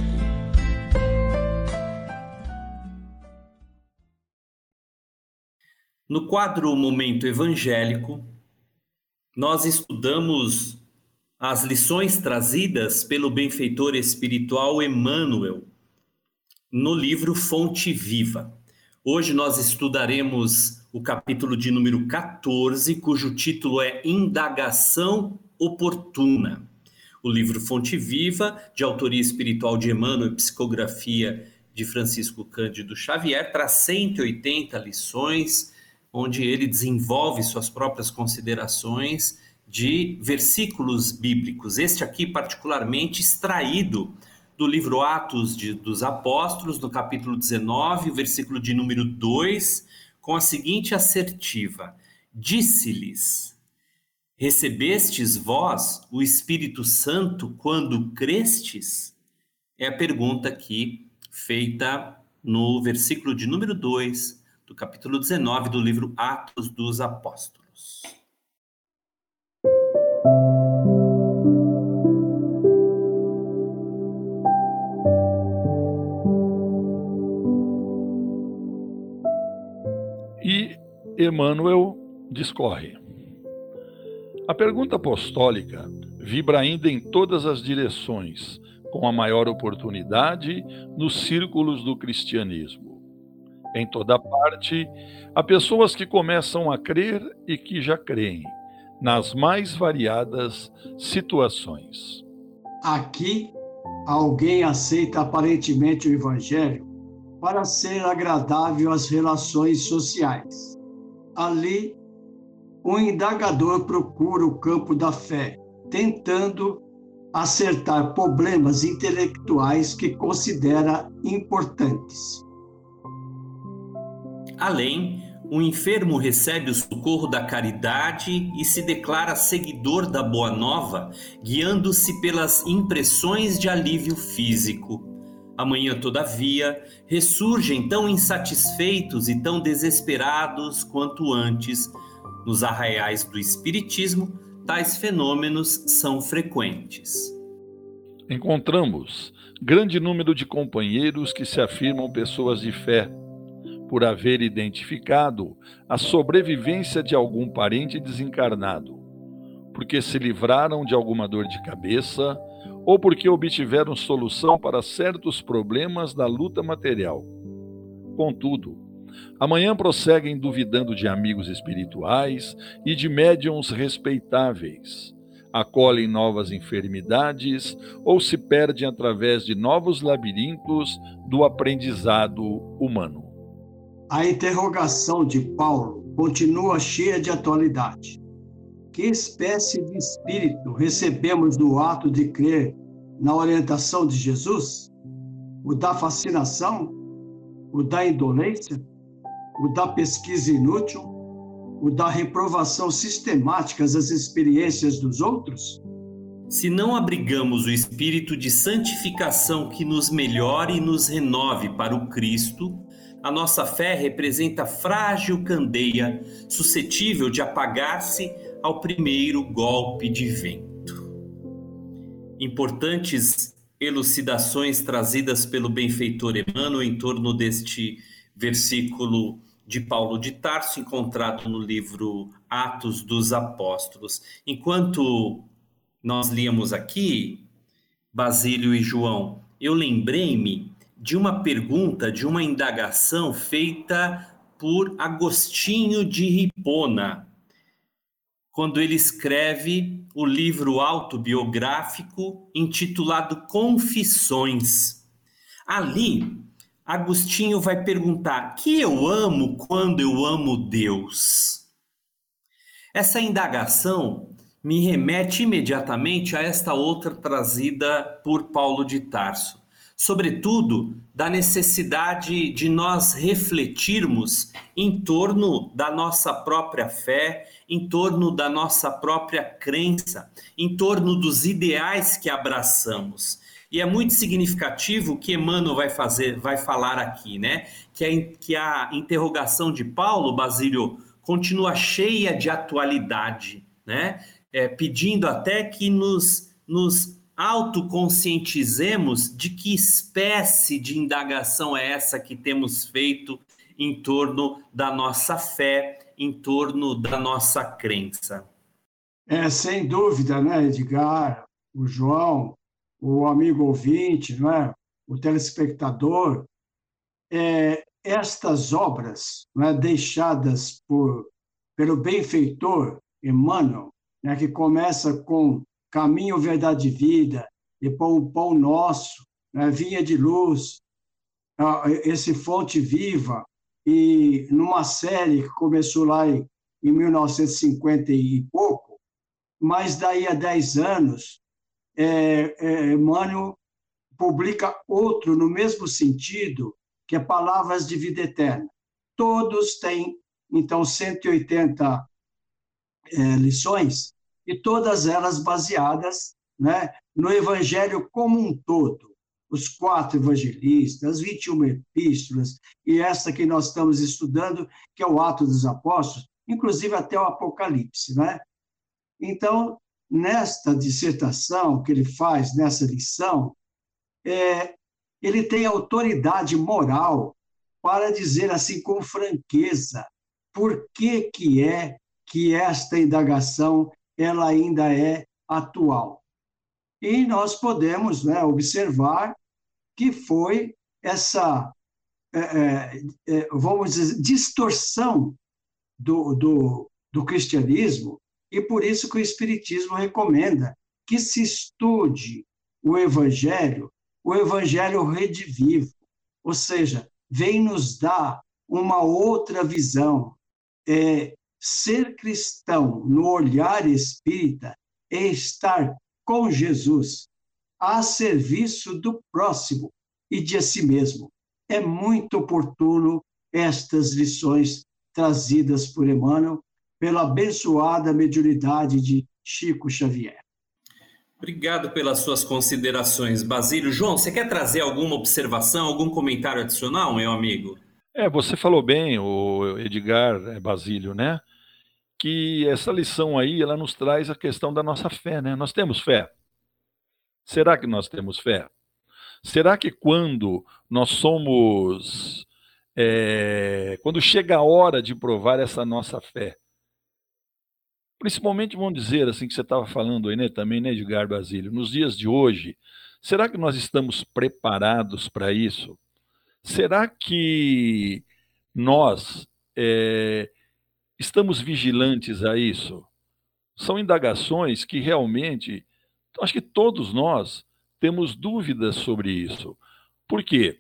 No quadro Momento Evangélico, nós estudamos as lições trazidas pelo benfeitor espiritual Emmanuel no livro Fonte Viva. Hoje nós estudaremos o capítulo de número 14, cujo título é Indagação Oportuna. O livro Fonte Viva, de autoria espiritual de Emmanuel e psicografia de Francisco Cândido Xavier, traz 180 lições, onde ele desenvolve suas próprias considerações de versículos bíblicos. Este aqui, particularmente, extraído do livro Atos dos Apóstolos, no capítulo 19, versículo de número 2, com a seguinte assertiva: Disse-lhes: recebestes vós o Espírito Santo quando crestes? É a pergunta aqui feita no versículo de número 2, do capítulo 19 do livro Atos dos Apóstolos. E Emmanuel discorre. A pergunta apostólica vibra ainda em todas as direções, com a maior oportunidade nos círculos do cristianismo. Em toda parte, há pessoas que começam a crer e que já creem, nas mais variadas situações. Aqui, alguém aceita aparentemente o Evangelho para ser agradável às relações sociais. Ali, o indagador procura o campo da fé, tentando acertar problemas intelectuais que considera importantes. Além, o enfermo recebe o socorro da caridade e se declara seguidor da Boa Nova, guiando-se pelas impressões de alívio físico. Amanhã, todavia, ressurgem tão insatisfeitos e tão desesperados quanto antes. Nos arraiais do Espiritismo, tais fenômenos são frequentes. Encontramos grande número de companheiros que se afirmam pessoas de fé, por haver identificado a sobrevivência de algum parente desencarnado, porque se livraram de alguma dor de cabeça ou porque obtiveram solução para certos problemas da luta material. Contudo, amanhã prosseguem duvidando de amigos espirituais e de médiuns respeitáveis, acolhem novas enfermidades ou se perdem através de novos labirintos do aprendizado humano. A interrogação de Paulo continua cheia de atualidade. Que espécie de espírito recebemos no ato de crer na orientação de Jesus? O da fascinação? O da indolência? O da pesquisa inútil? O da reprovação sistemática das experiências dos outros? Se não abrigamos o espírito de santificação que nos melhore e nos renove para o Cristo, a nossa fé representa frágil candeia, suscetível de apagar-se ao primeiro golpe de vento. Importantes elucidações trazidas pelo benfeitor Emmanuel em torno deste versículo de Paulo de Tarso, encontrado no livro Atos dos Apóstolos. Enquanto nós líamos aqui, Basílio e João, eu lembrei-me de uma pergunta, de uma indagação feita por Agostinho de Hipona, quando ele escreve o livro autobiográfico intitulado Confissões. Ali, Agostinho vai perguntar: que eu amo quando eu amo Deus? Essa indagação me remete imediatamente a esta outra trazida por Paulo de Tarso, sobretudo da necessidade de nós refletirmos em torno da nossa própria fé, em torno da nossa própria crença, em torno dos ideais que abraçamos. E é muito significativo o que Emmanuel vai falar aqui, né? Que a interrogação de Paulo, Basílio, continua cheia de atualidade, né? Pedindo até que nos autoconscientizemos de que espécie de indagação é essa que temos feito em torno da nossa fé, em torno da nossa crença. Sem dúvida, né, Edgar, o João, o amigo ouvinte, não é? O telespectador, estas obras, não é, deixadas pelo benfeitor Emmanuel, né, que começa com Caminho, Verdade e Vida, e o Pão Nosso, né, Vinha de Luz, esse Fonte Viva, e numa série que começou lá em 1950 e pouco, mas daí a 10 anos, Emmanuel publica outro no mesmo sentido, que é Palavras de Vida Eterna. Todos têm, então, 180 lições, e todas elas baseadas, né, no Evangelho como um todo. Os 4 evangelistas, as 21 epístolas, e essa que nós estamos estudando, que é o Atos dos Apóstolos, inclusive até o Apocalipse, né? Então, nesta dissertação que ele faz, nessa lição, ele tem autoridade moral para dizer assim com franqueza por que esta indagação ela ainda é atual. E nós podemos, né, observar que foi essa, vamos dizer, distorção do cristianismo, e por isso que o Espiritismo recomenda que se estude o Evangelho redivivo, ou seja, vem nos dar uma outra visão. Ser cristão no olhar espírita é estar com Jesus, a serviço do próximo e de si mesmo. É muito oportuno estas lições trazidas por Emmanuel, pela abençoada mediunidade de Chico Xavier. Obrigado pelas suas considerações, Basílio. João, você quer trazer alguma observação, algum comentário adicional, meu amigo? Você falou bem, o Edgar Basílio, né? Que essa lição aí, ela nos traz a questão da nossa fé, né? Nós temos fé. Será que nós temos fé? Será que quando nós somos... quando chega a hora de provar essa nossa fé, principalmente, vamos dizer, assim, que você estava falando aí, né, também, né, Edgar Basílio, nos dias de hoje, será que nós estamos preparados para isso? Será que nós estamos vigilantes a isso? São indagações que realmente, acho que todos nós temos dúvidas sobre isso. Por quê?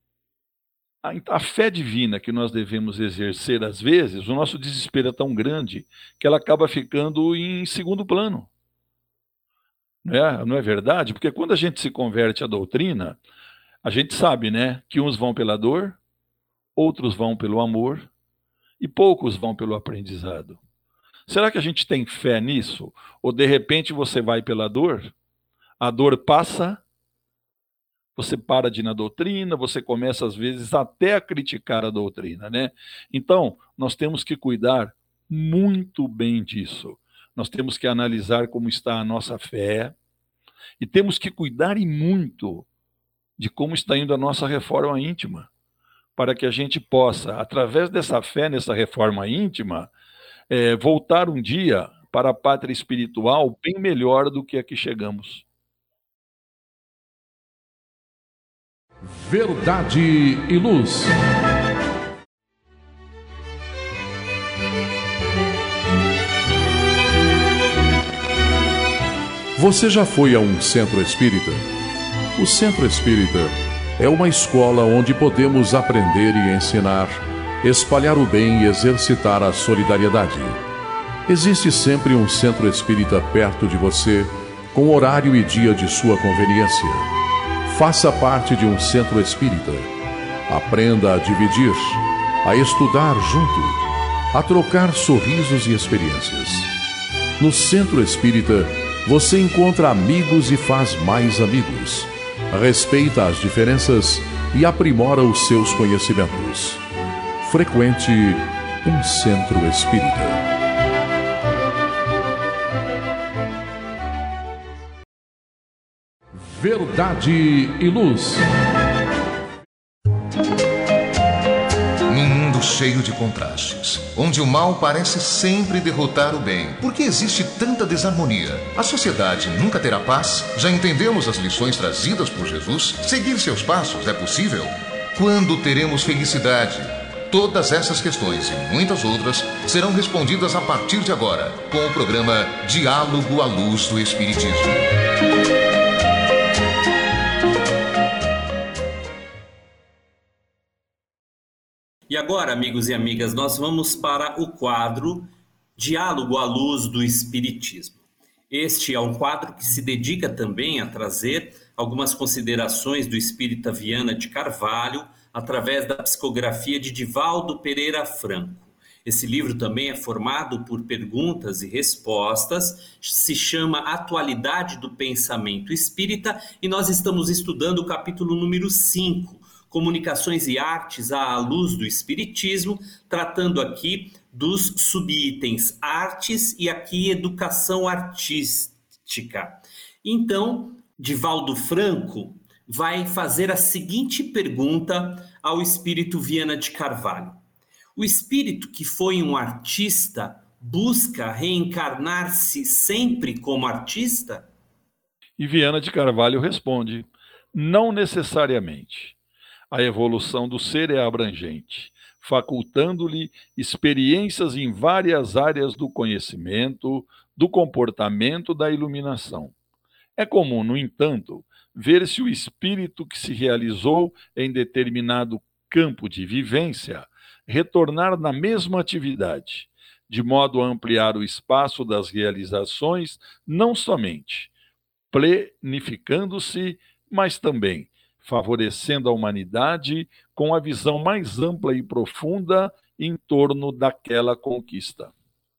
A fé divina que nós devemos exercer, às vezes, o nosso desespero é tão grande que ela acaba ficando em segundo plano. Não é verdade? Porque quando a gente se converte à doutrina, a gente sabe, né, que uns vão pela dor, outros vão pelo amor e poucos vão pelo aprendizado. Será que a gente tem fé nisso? Ou de repente você vai pela dor, a dor passa, você para de ir na doutrina, você começa às vezes até a criticar a doutrina, né? Então, nós temos que cuidar muito bem disso. Nós temos que analisar como está a nossa fé e temos que cuidar e muito de como está indo a nossa reforma íntima, para que a gente possa, através dessa fé, nessa reforma íntima, voltar um dia para a pátria espiritual bem melhor do que a que chegamos. Verdade e Luz. Você já foi a um centro espírita? O centro espírita é uma escola onde podemos aprender e ensinar, espalhar o bem e exercitar a solidariedade. Existe sempre um centro espírita perto de você, com horário e dia de sua conveniência. Faça parte de um centro espírita. Aprenda a dividir, a estudar junto, a trocar sorrisos e experiências. No centro espírita, você encontra amigos e faz mais amigos. Respeita as diferenças e aprimora os seus conhecimentos. Frequente um centro espírita. Verdade e Luz. Num mundo cheio de contrastes, onde o mal parece sempre derrotar o bem, por que existe tanta desarmonia? A sociedade nunca terá paz? Já entendemos as lições trazidas por Jesus? Seguir seus passos é possível? Quando teremos felicidade? Todas essas questões e muitas outras serão respondidas a partir de agora, com o programa Diálogo à Luz do Espiritismo. E agora, amigos e amigas, nós vamos para o quadro Diálogo à Luz do Espiritismo. Este é um quadro que se dedica também a trazer algumas considerações do espírita Viana de Carvalho através da psicografia de Divaldo Pereira Franco. Esse livro também é formado por perguntas e respostas, se chama Atualidade do Pensamento Espírita e nós estamos estudando o capítulo número 5, Comunicações e Artes à Luz do Espiritismo, tratando aqui dos subitens artes e aqui educação artística. Então, Divaldo Franco vai fazer a seguinte pergunta ao espírito Viana de Carvalho. O espírito que foi um artista busca reencarnar-se sempre como artista? E Viana de Carvalho responde: não necessariamente. A evolução do ser é abrangente, facultando-lhe experiências em várias áreas do conhecimento, do comportamento, da iluminação. É comum, no entanto, ver-se o espírito que se realizou em determinado campo de vivência retornar na mesma atividade, de modo a ampliar o espaço das realizações, não somente planificando-se, mas também favorecendo a humanidade com a visão mais ampla e profunda em torno daquela conquista.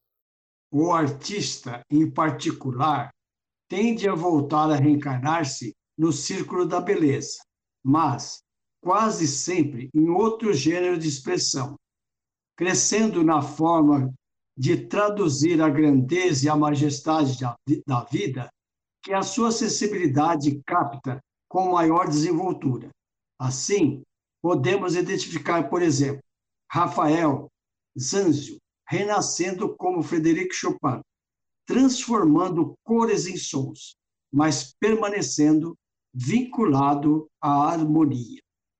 O artista, em particular, tende a voltar a reencarnar-se no círculo da beleza, mas quase sempre em outro gênero de expressão, crescendo na forma de traduzir a grandeza e a majestade da vida que a sua sensibilidade capta com maior desenvoltura. Assim, podemos identificar, por exemplo, Rafael Zanzio, renascendo como Frederic Chopin, transformando cores em sons, mas permanecendo vinculado à harmonia.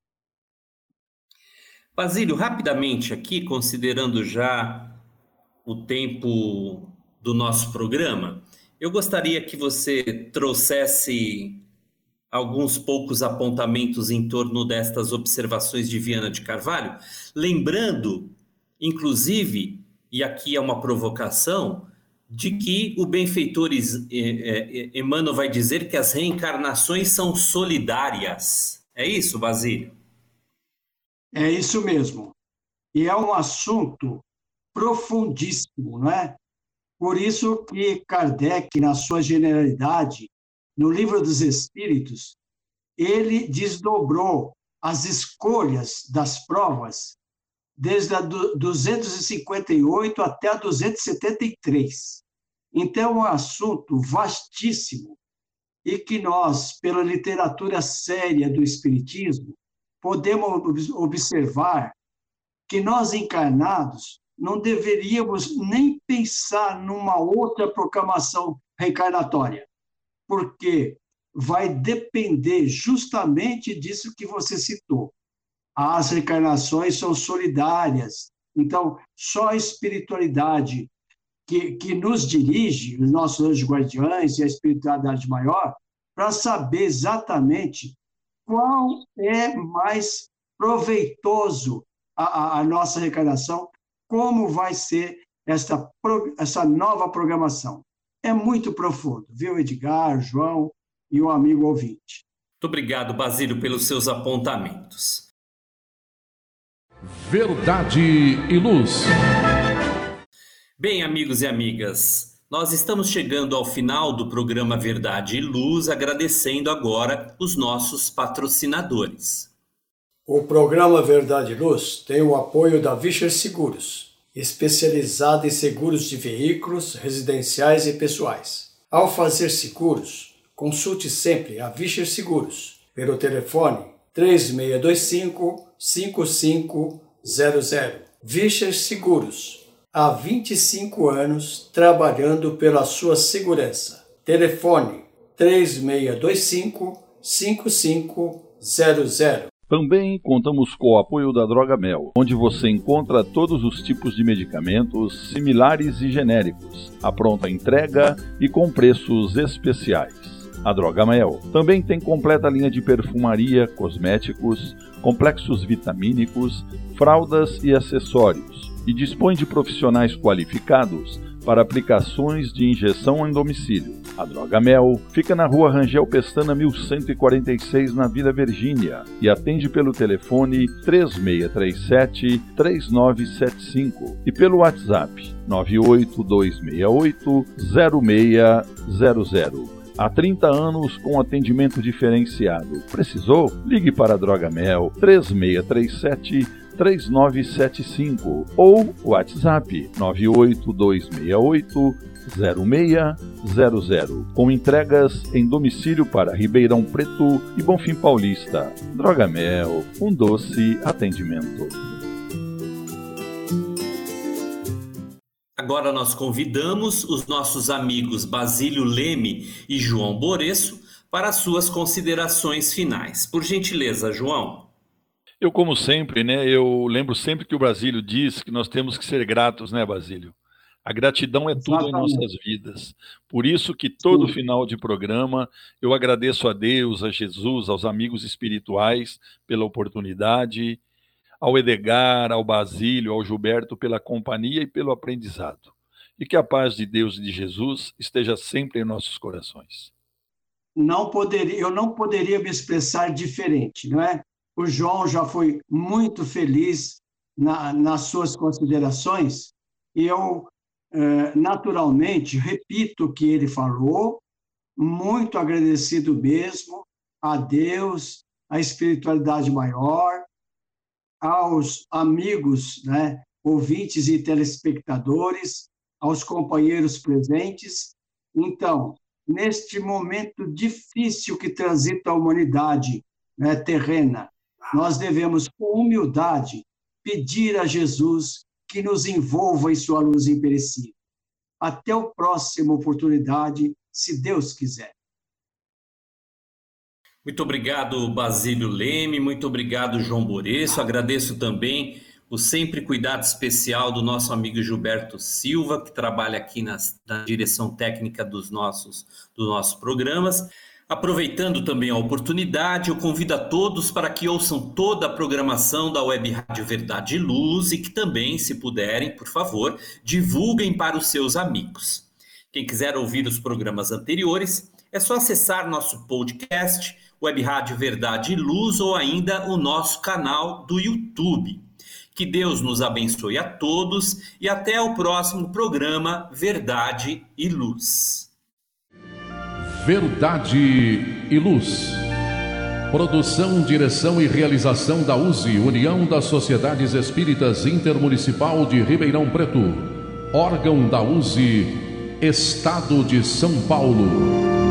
Basílio, rapidamente aqui, considerando já o tempo do nosso programa, eu gostaria que você trouxesse alguns poucos apontamentos em torno destas observações de Viana de Carvalho, lembrando, inclusive, e aqui é uma provocação, de que o benfeitor Emmanuel vai dizer que as reencarnações são solidárias. É isso, Basílio? É isso mesmo. E é um assunto profundíssimo, não é? Por isso que Kardec, na sua generalidade, no Livro dos Espíritos, ele desdobrou as escolhas das provas desde a 258 até a 273. Então, é um assunto vastíssimo e que nós, pela literatura séria do Espiritismo, podemos observar que nós encarnados não deveríamos nem pensar numa outra programação reencarnatória, porque vai depender justamente disso que você citou. As reencarnações são solidárias, então só a espiritualidade que nos dirige, os nossos anjos guardiães e a espiritualidade maior, para saber exatamente qual é mais proveitoso a nossa reencarnação, como vai ser essa nova programação. É muito profundo, viu, Edgar, João e o amigo ouvinte. Muito obrigado, Basílio, pelos seus apontamentos. Verdade e Luz. Bem, amigos e amigas, nós estamos chegando ao final do programa Verdade e Luz, agradecendo agora os nossos patrocinadores. O programa Verdade e Luz tem o apoio da Vischer Seguros, especializada em seguros de veículos, residenciais e pessoais. Ao fazer seguros, consulte sempre a Vischer Seguros pelo telefone 3625-5500. Vischer Seguros, há 25 anos trabalhando pela sua segurança. Telefone 3625-5500. Também contamos com o apoio da Droga Mel, onde você encontra todos os tipos de medicamentos similares e genéricos, à pronta entrega e com preços especiais. A Droga Mel também tem completa linha de perfumaria, cosméticos, complexos vitamínicos, fraldas e acessórios, e dispõe de profissionais qualificados para aplicações de injeção em domicílio. A Droga Mel fica na Rua Rangel Pestana 1146, na Vila Virgínia, e atende pelo telefone 3637-3975 e pelo WhatsApp 98268-0600. Há 30 anos com atendimento diferenciado. Precisou? Ligue para a Droga Mel 3637-3975 ou WhatsApp 98268-0600, com entregas em domicílio para Ribeirão Preto e Bonfim Paulista. Droga Mel, um doce atendimento. Agora nós convidamos os nossos amigos Basílio Leme e João Boreço para as suas considerações finais. Por gentileza, João. Eu, como sempre, eu lembro sempre que o Basílio diz que nós temos que ser gratos, Basílio? A gratidão é tudo em nossas vidas. Por isso que todo final de programa eu agradeço a Deus, a Jesus, aos amigos espirituais pela oportunidade, ao Edgar, ao Basílio, ao Gilberto pela companhia e pelo aprendizado. E que a paz de Deus e de Jesus esteja sempre em nossos corações. Eu não poderia me expressar diferente, não é? O João já foi muito feliz nas suas considerações e eu, naturalmente, repito o que ele falou, muito agradecido mesmo a Deus, à espiritualidade maior, aos amigos, ouvintes e telespectadores, aos companheiros presentes. Então, neste momento difícil que transita a humanidade terrena, nós devemos, com humildade, pedir a Jesus que nos envolva em sua luz imperecível. Até a próxima oportunidade, se Deus quiser. Muito obrigado, Basílio Leme, muito obrigado, João Boreço. Agradeço também o sempre cuidado especial do nosso amigo Gilberto Silva, que trabalha aqui na direção técnica dos nossos programas. Aproveitando também a oportunidade, eu convido a todos para que ouçam toda a programação da Web Rádio Verdade e Luz e que também, se puderem, por favor, divulguem para os seus amigos. Quem quiser ouvir os programas anteriores, é só acessar nosso podcast, Web Rádio Verdade e Luz, ou ainda o nosso canal do YouTube. Que Deus nos abençoe a todos e até o próximo programa Verdade e Luz. Verdade e Luz. Produção, direção e realização da USE, União das Sociedades Espíritas Intermunicipal de Ribeirão Preto. Órgão da USE, Estado de São Paulo.